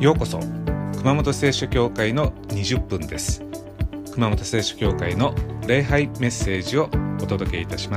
ようこそ熊本聖書教会の20分です。熊本聖書教会の礼拝メッセージをお届けいたします。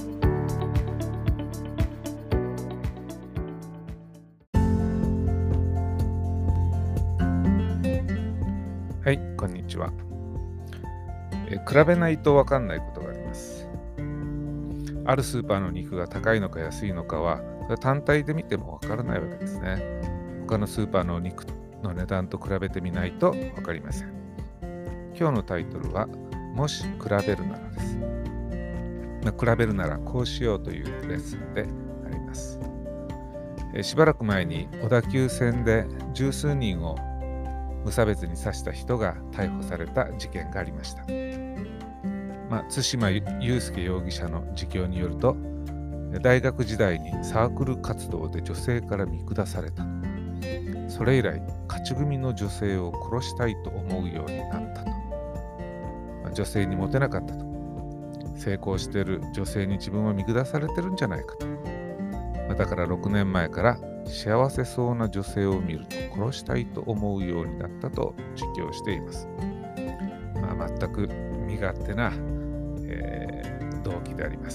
はい、こんにちは。比べないと分かんないことがあります。あるスーパーの肉が高いのか安いのかは単体で見ても分からないわけですね。他のスーパーの肉の値段と比べてみないと分かりません。今日のタイトルはもし比べるならです。比べるならこうしようというレッスンであります。しばらく前に小田急線で十数人を無差別に刺した人が逮捕された事件がありました。対馬悠介容疑者の自供によると、大学時代にサークル活動で女性から見下された。それ以来、勝ち組の女性を殺したいと思うようになったと。女性にモテなかったと。成功している女性に自分は見下されてるんじゃないかと。だから6年前から幸せそうな女性を見ると殺したいと思うようになったと自供しています。全く身勝手な、動機であります。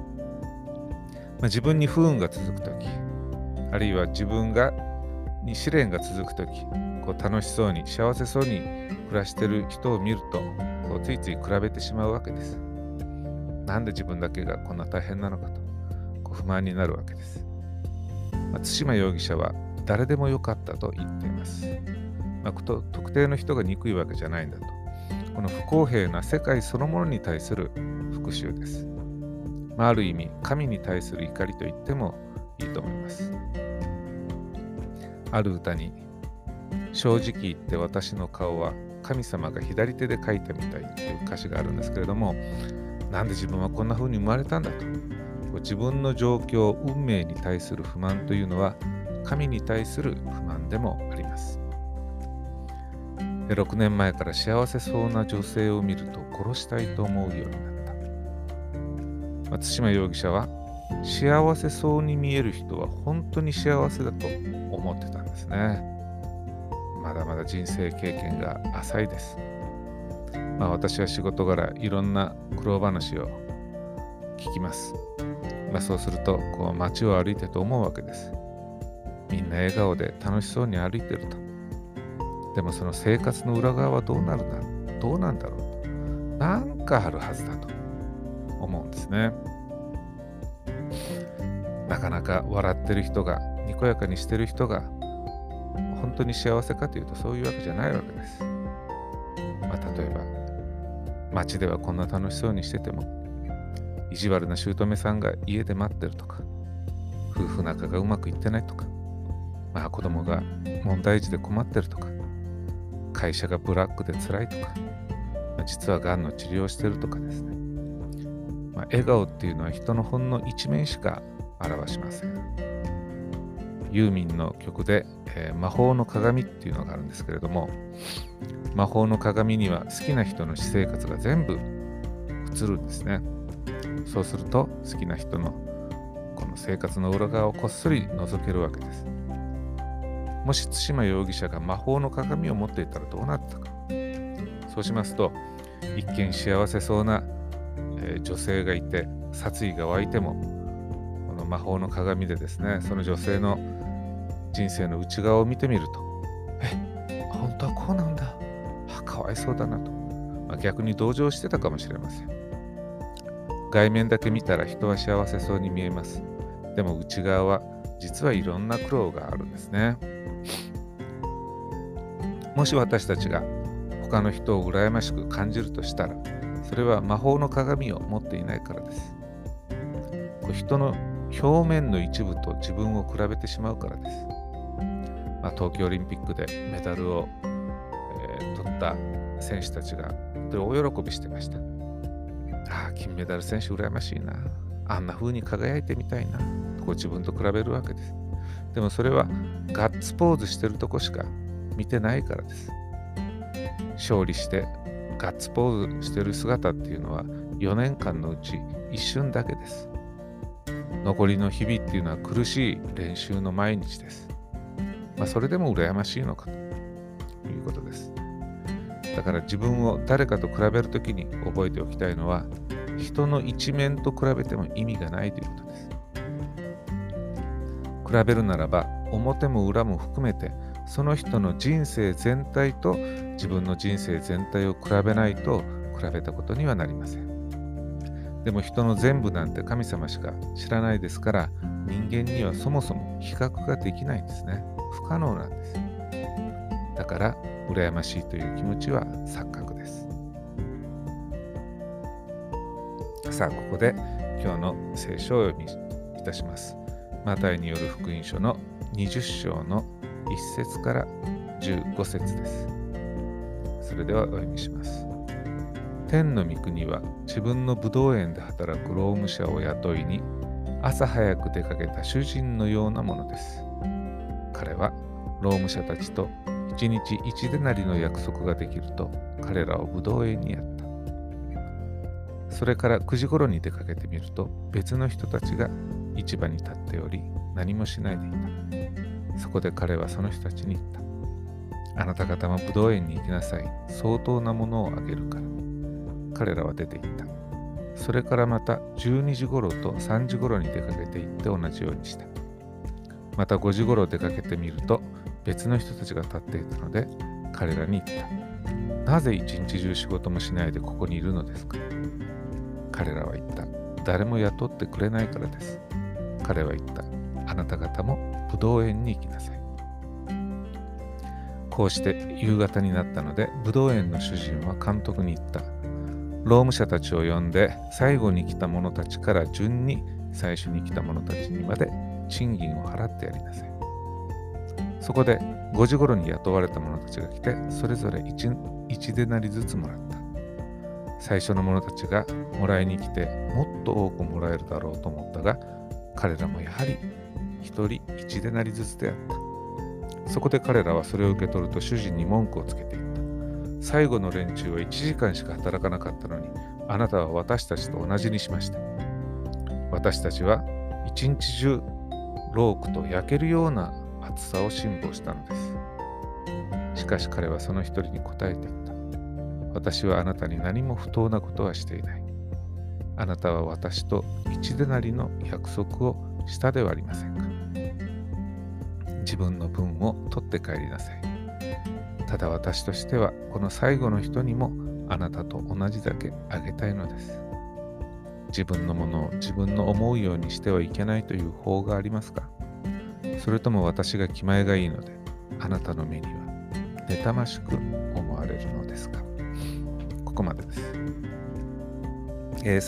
自分に不運が続くとき、あるいは自分に試練が続くとき、楽しそうに幸せそうに暮らしている人を見るとついつい比べてしまうわけです。なんで自分だけがこんな大変なのかと不満になるわけです。対馬容疑者は誰でもよかったと言っています。特定の人が憎いわけじゃないんだと。この不公平な世界そのものに対する復讐です。ある意味神に対する怒りと言ってもいいと思います。ある歌に正直言って私の顔は神様が左手で描いたみたいという歌詞があるんですけれども、なんで自分はこんな風に生まれたんだと。自分の状況、運命に対する不満というのは神に対する不満でもあります。6年前から幸せそうな女性を見ると殺したいと思うようになった。対馬容疑者は幸せそうに見える人は本当に幸せだと思ってたんですね。まだまだ人生経験が浅いです。私は仕事柄いろんな苦労話を聞きます。そうすると街を歩いてと思うわけです。みんな笑顔で楽しそうに歩いてると。でもその生活の裏側はどうなんだろうと。なんかあるはずだと思うんですね。なかなか笑ってる人が、にこやかにしてる人が本当に幸せかというとそういうわけじゃないわけです。例えば街ではこんな楽しそうにしてても意地悪な姑さんが家で待ってるとか、夫婦仲がうまくいってないとか、子供が問題児で困ってるとか、会社がブラックで辛いとか、実はがんの治療をしてるとかですね。笑顔っていうのは人のほんの一面しか表しません。ユーミンの曲で、魔法の鏡っていうのがあるんですけれども、魔法の鏡には好きな人の私生活が全部映るんですね。そうすると好きな人のこの生活の裏側をこっそり覗けるわけです。もし対馬容疑者が魔法の鏡を持っていたらどうなったか。そうしますと一見幸せそうな、女性がいて殺意が湧いても、この魔法の鏡でですね、その女性の人生の内側を見てみると、本当はこうなんだ、かわいそうだなと、逆に同情してたかもしれません。外面だけ見たら人は幸せそうに見えます。でも内側は実はいろんな苦労があるんですね。もし私たちが他の人を羨ましく感じるとしたら、それは魔法の鏡を持っていないからです。人の表面の一部と自分を比べてしまうからです。東京オリンピックでメダルを、取った選手たちが大喜びしてました。金メダル選手羨ましいな、あんな風に輝いてみたいなと自分と比べるわけです。でもそれはガッツポーズしてるとこしか見てないからです。勝利してガッツポーズしてる姿っていうのは4年間のうち一瞬だけです。残りの日々っていうのは苦しい練習の毎日です。 それでも羨ましいのかということです。だから自分を誰かと比べるときに覚えておきたいのは、人の一面と比べても意味がないということです。比べるならば、表も裏も含めて、その人の人生全体と自分の人生全体を比べないと比べたことにはなりません。でも人の全部なんて神様しか知らないですから、人間にはそもそも比較ができないんですね。不可能なんです。だから羨ましいという気持ちは錯覚です。さあ、ここで今日の聖書を読みいたします。マタイによる福音書の20章の1節から15節です。それではお読みします。天の御国は自分の葡萄園で働く労務者を雇いに朝早く出かけた主人のようなものです。彼は労務者たちと1日1デナリの約束ができると彼らを葡萄園にやった。それから9時頃に出かけてみると別の人たちが市場に立っており何もしないでいた。そこで彼はその人たちに言った。あなた方も葡萄園に行きなさい。相当なものをあげるから。彼らは出て行った。それからまた12時頃と3時頃に出かけて行って同じようにした。また5時頃出かけてみると別の人たちが立っていたので彼らに言った。なぜ一日中仕事もしないでここにいるのですか。彼らは言った。誰も雇ってくれないからです。彼は言った。あなた方も葡萄園に行きなさい。こうして夕方になったので葡萄園の主人は監督に言った。労務者たちを呼んで最後に来た者たちから順に最初に来た者たちにまで賃金を払ってやりなさい。そこで5時頃に雇われた者たちが来てそれぞれ 1デナリずつもらった。最初の者たちがもらいに来てもっと多くもらえるだろうと思ったが彼らもやはり1人1デナリずつであった。そこで彼らはそれを受け取ると主人に文句をつけていった。最後の連中は1時間しか働かなかったのに、あなたは私たちと同じにしました。私たちは一日中ロークと焼けるような暑さを辛抱したのです。しかし彼はその一人に答えていった。私はあなたに何も不当なことはしていない。あなたは私と1デナリの約束をしたではありませんか。自分の分を取って帰りなさい。ただ私としてはこの最後の人にもあなたと同じだけあげたいのです。自分のものを自分の思うようにしてはいけないという法がありますか。それとも私が気前がいいのであなたの目には妬ましく思われるのですか。ここまでです。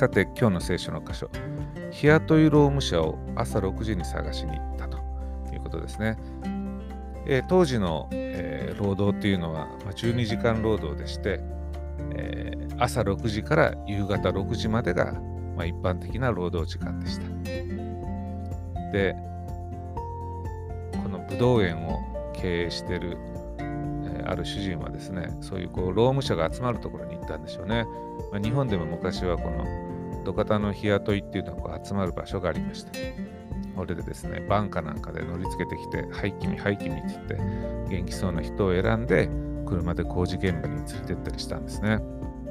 さて今日の聖書の箇所、日雇い労務者を朝6時に探しに行ったということですね。当時の、労働っていうのは12時間労働でして、朝6時から夕方6時までが、一般的な労働時間でした。で、この葡萄園を経営している、ある主人はですね、そういう労務者が集まるところに行ったんでしょうね。日本でも昔はこの土方の日雇いっていうのが集まる場所がありました。これでですね、バンカなんかで乗り付けてきて、はい君って言って元気そうな人を選んで車で工事現場に連れてったりしたんですね。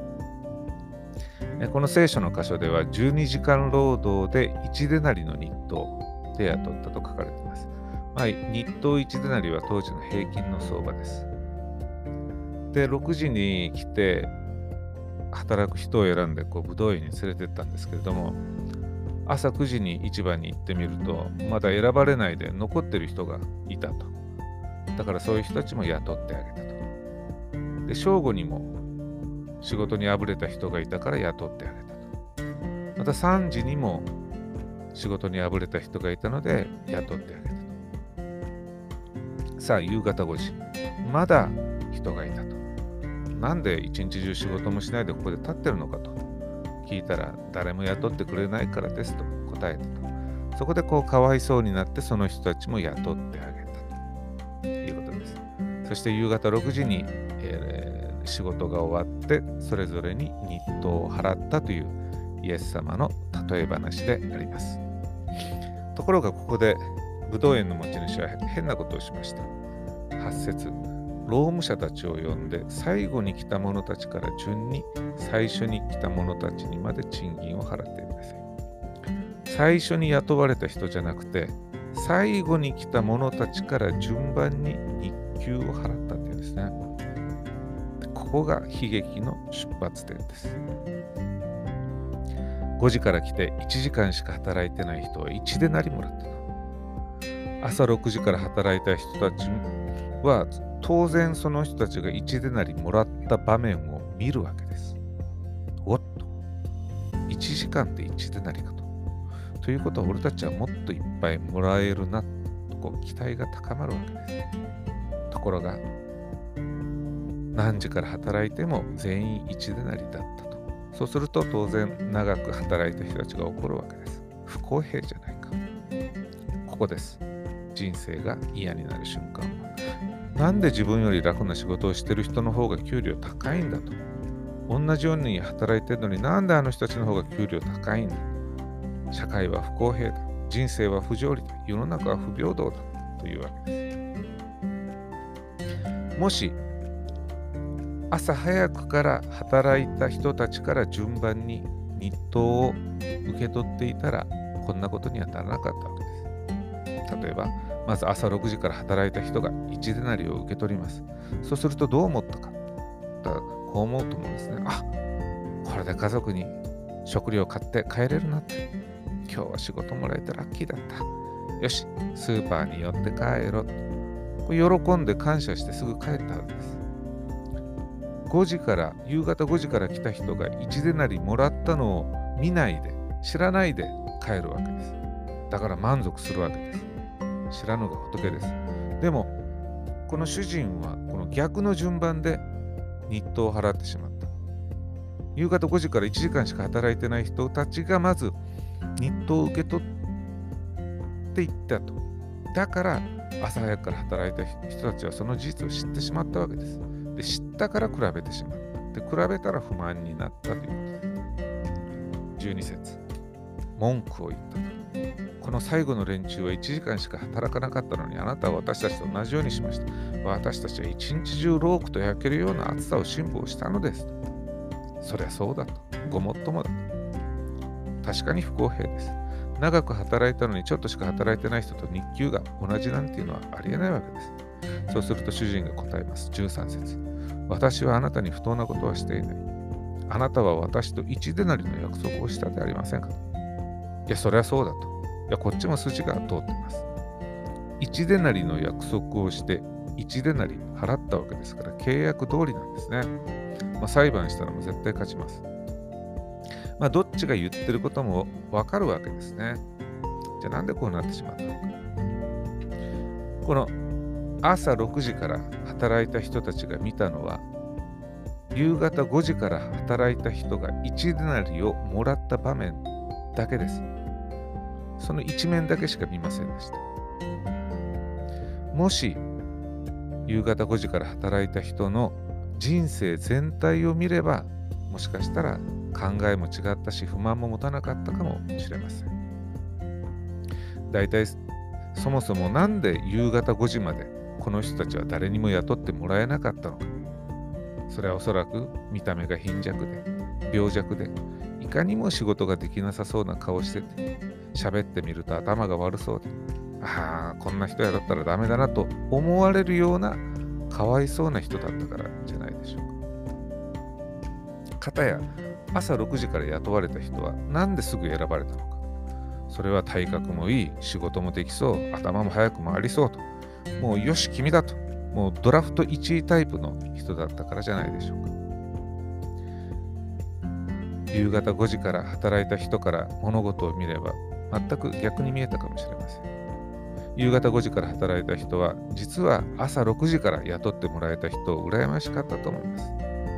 この聖書の箇所では12時間労働で1デナリの日当で雇ったと書かれています。日当1デナリは当時の平均の相場です。で、6時に来て働く人を選んで葡萄園に連れてったんですけれども、朝9時に市場に行ってみるとまだ選ばれないで残ってる人がいたと。だからそういう人たちも雇ってあげたと。で、正午にも仕事にあぶれた人がいたから雇ってあげたと。また3時にも仕事にあぶれた人がいたので雇ってあげたと。さあ夕方5時、まだ人がいたと。なんで一日中仕事もしないでここで立ってるのかと聞いたら、誰も雇ってくれないからですと答えたと。そこでかわいそうになってその人たちも雇ってあげたということです。そして夕方6時に、仕事が終わってそれぞれに日当を払ったというイエス様の例え話であります。ところがここでブドウ園の持ち主は変なことをしました。 8節、労務者たちを呼んで最後に来た者たちから順に最初に来た者たちにまで賃金を払ってください。最初に雇われた人じゃなくて、最後に来た者たちから順番に日給を払ったっていうんですね。ここが悲劇の出発点です。5時から来て1時間しか働いてない人は1デナリもらったと。朝6時から働いた人たちは当然その人たちが1デナリもらった場面を見るわけです。おっと、1時間で1デナリかと。ということは俺たちはもっといっぱいもらえるなと期待が高まるわけです。ところが何時から働いても全員1デナリだったと。そうすると当然長く働いた人たちが怒るわけです。不公平じゃないか。ここです。人生が嫌になる瞬間は。なんで自分より楽な仕事をしてる人の方が給料高いんだと。同じように働いてるのになんであの人たちの方が給料高いんだ。社会は不公平だ。人生は不条理だ。世の中は不平等だ。というわけです。もし朝早くから働いた人たちから順番に日当を受け取っていたらこんなことにはならなかったわけです。例えばまず朝6時から働いた人が1デナリを受け取ります。そうするとどう思ったか。こう思うと思うんですね。あ、これで家族に食料買って帰れるなって。今日は仕事もらえてラッキーだった。よし、スーパーに寄って帰ろう。喜んで感謝してすぐ帰ったわけです。夕方5時から来た人が1デナリもらったのを見ないで、知らないで帰るわけです。だから満足するわけです。知らぬが仏です。でも、この主人はこの逆の順番で日当を払ってしまった。夕方5時から1時間しか働いてない人たちがまず日当を受け取っていったと。だから朝早くから働いた人たちはその事実を知ってしまったわけです。で、知ったから比べてしまった。で、比べたら不満になったということです。12節、文句を言ったと。この最後の連中は1時間しか働かなかったのにあなたは私たちと同じようにしました。私たちは一日中ロークと焼けるような暑さを辛抱したのですと。そりゃそうだと。ごもっともだと。確かに不公平です。長く働いたのにちょっとしか働いてない人と日給が同じなんていうのはありえないわけです。そうすると主人が答えます。13節、私はあなたに不当なことはしていない。あなたは私と1デナリの約束をしたでありませんか。いや、そりゃそうだと。いや、こっちも筋が通っています。1デナリの約束をして1デナリ払ったわけですから契約通りなんですね。裁判したらもう絶対勝ちます。どっちが言ってることもわかるわけですね。じゃあなんでこうなってしまったのか。この朝6時から働いた人たちが見たのは、夕方5時から働いた人が1デナリをもらった場面だけです。その一面だけしか見ませんでした。もし夕方5時から働いた人の人生全体を見れば、もしかしたら考えも違ったし不満も持たなかったかもしれません。だいたいそもそもなんで夕方5時までこの人たちは誰にも雇ってもらえなかったのか。それはおそらく見た目が貧弱で病弱でいかにも仕事ができなさそうな顔してて、喋ってみると頭が悪そうで、ああこんな人やだったらダメだなと思われるようなかわいそうな人だったからじゃないでしょうか。かたや朝6時から雇われた人はなんですぐ選ばれたのか。それは体格もいい、仕事もできそう、頭も早く回りそうと、もうよし君だと、もうドラフト1位タイプの人だったからじゃないでしょうか。夕方5時から働いた人から物事を見れば全く逆に見えたかもしれません。夕方5時から働いた人は実は朝6時から雇ってもらえた人を羨ましかったと思います。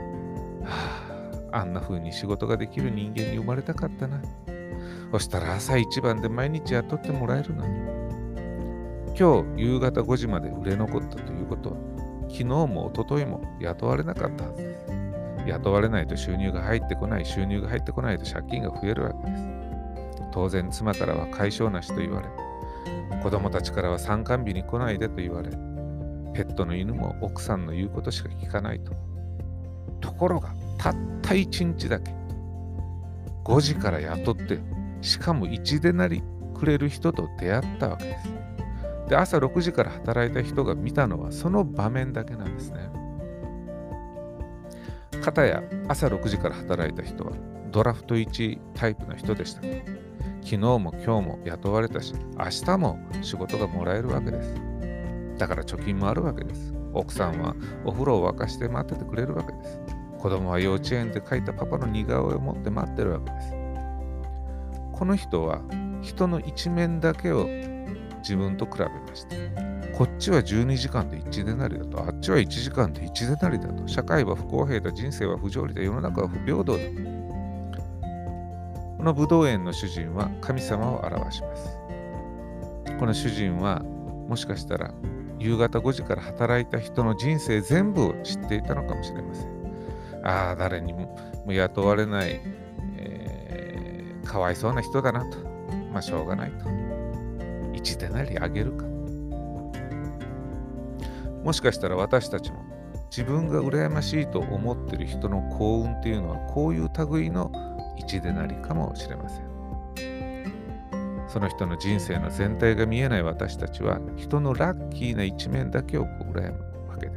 あんな風に仕事ができる人間に生まれたかったな。そしたら朝一番で毎日雇ってもらえるのに。今日夕方5時まで売れ残ったということは、昨日も一昨日も雇われなかったはずです。雇われないと収入が入ってこない、収入が入ってこないと借金が増えるわけです。当然妻からは解消なしと言われ、子供たちからは参観日に来ないでと言われ、 ペットの犬も奥さんの言うことしか聞かないと。ところがたった1日だけ5時から雇って、しかも1デナリくれる人と出会ったわけです。で、朝6時から働いた人が見たのはその場面だけなんですね。かたや朝6時から働いた人はドラフト1タイプの人でした。昨日も今日も雇われたし、明日も仕事がもらえるわけです。だから貯金もあるわけです。奥さんはお風呂を沸かして待っててくれるわけです。子供は幼稚園で描いたパパの似顔絵を持って待ってるわけです。この人は人の一面だけを自分と比べました。こっちは12時間で1デナリだと、あっちは1時間で1デナリだと、社会は不公平だ、人生は不条理だ、世の中は不平等だと。このブドウ園の主人は神様を表します。この主人はもしかしたら夕方5時から働いた人の人生全部を知っていたのかもしれません。ああ、誰にも雇われない、かわいそうな人だなと。まあしょうがないと。1デナリあげるか。もしかしたら私たちも自分が羨ましいと思っている人の幸運っていうのはこういう類の1デナリかもしれません。その人の人生の全体が見えない私たちは人のラッキーな一面だけを羨むわけです。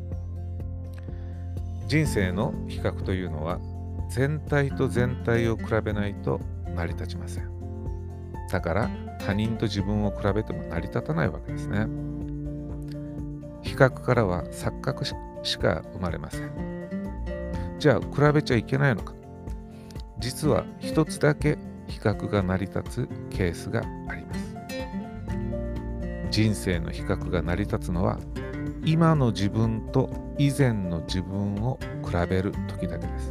人生の比較というのは全体と全体を比べないと成り立ちません。だから他人と自分を比べても成り立たないわけですね。比較からは錯覚しか生まれません。じゃあ比べちゃいけないのか。実は一つだけ比較が成り立つケースがあります。人生の比較が成り立つのは今の自分と以前の自分を比べる時だけです。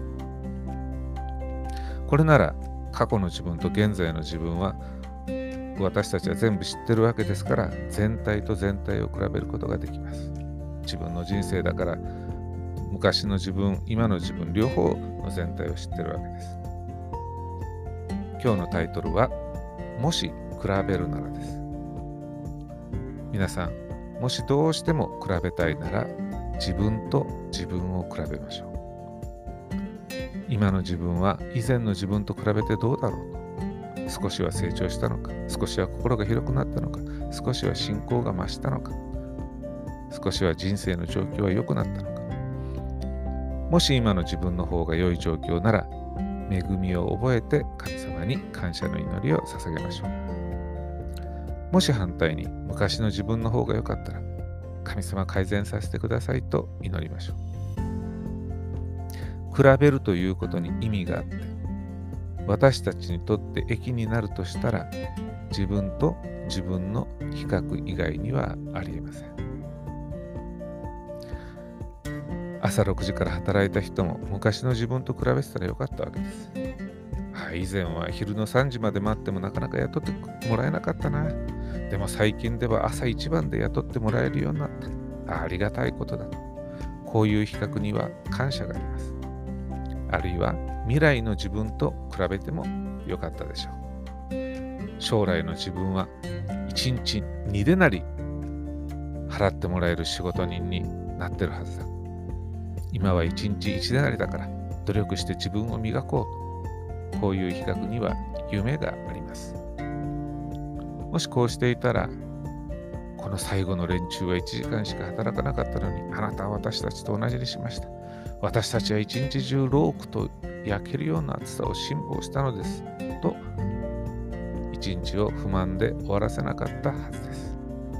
これなら過去の自分と現在の自分は私たちは全部知ってるわけですから、全体と全体を比べることができます。自分の人生だから昔の自分、今の自分両方の全体を知ってるわけです。今日のタイトルはもし比べるならです。皆さん、もしどうしても比べたいなら自分と自分を比べましょう。今の自分は以前の自分と比べてどうだろうと。少しは成長したのか、少しは心が広くなったのか、少しは信仰が増したのか、少しは人生の状況は良くなったのか。もし今の自分の方が良い状況なら、恵みを覚えて神様に感謝の祈りを捧げましょう。もし反対に昔の自分の方が良かったら、神様改善させてくださいと祈りましょう。比べるということに意味があって、私たちにとって益になるとしたら、自分と自分の比較以外にはありえません。朝6時から働いた人も昔の自分と比べてたらよかったわけです。以前は昼の3時まで待ってもなかなか雇ってもらえなかったな。でも最近では朝一番で雇ってもらえるようになった。ありがたいことだと。こういう比較には感謝があります。あるいは未来の自分と比べてもよかったでしょう。将来の自分は1日2デナリ払ってもらえる仕事人になってるはずだ。今は1日1デナリだから努力して自分を磨こうと。こういう比較には夢があります。もしこうしていたら、この最後の連中は1時間しか働かなかったのに、あなたは私たちと同じにしました。私たちは一日中ロークと焼けるような暑さを辛抱したのですと、一日を不満で終わらせなかったはずです。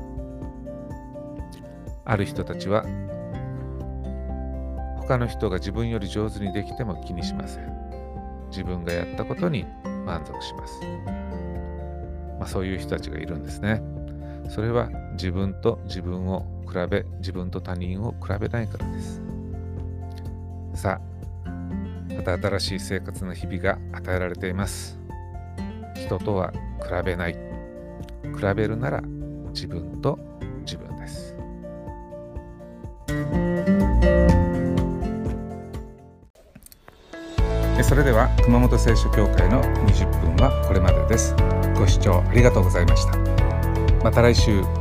ある人たちは他の人が自分より上手にできても気にしません。自分がやったことに満足します。そういう人たちがいるんですね。それは自分と自分を比べ、自分と他人を比べないからです。さあ、また新しい生活の日々が与えられています。人とは比べない。比べるなら自分と自分です。それでは熊本聖書教会の20分はこれまでです。ご視聴ありがとうございました。また来週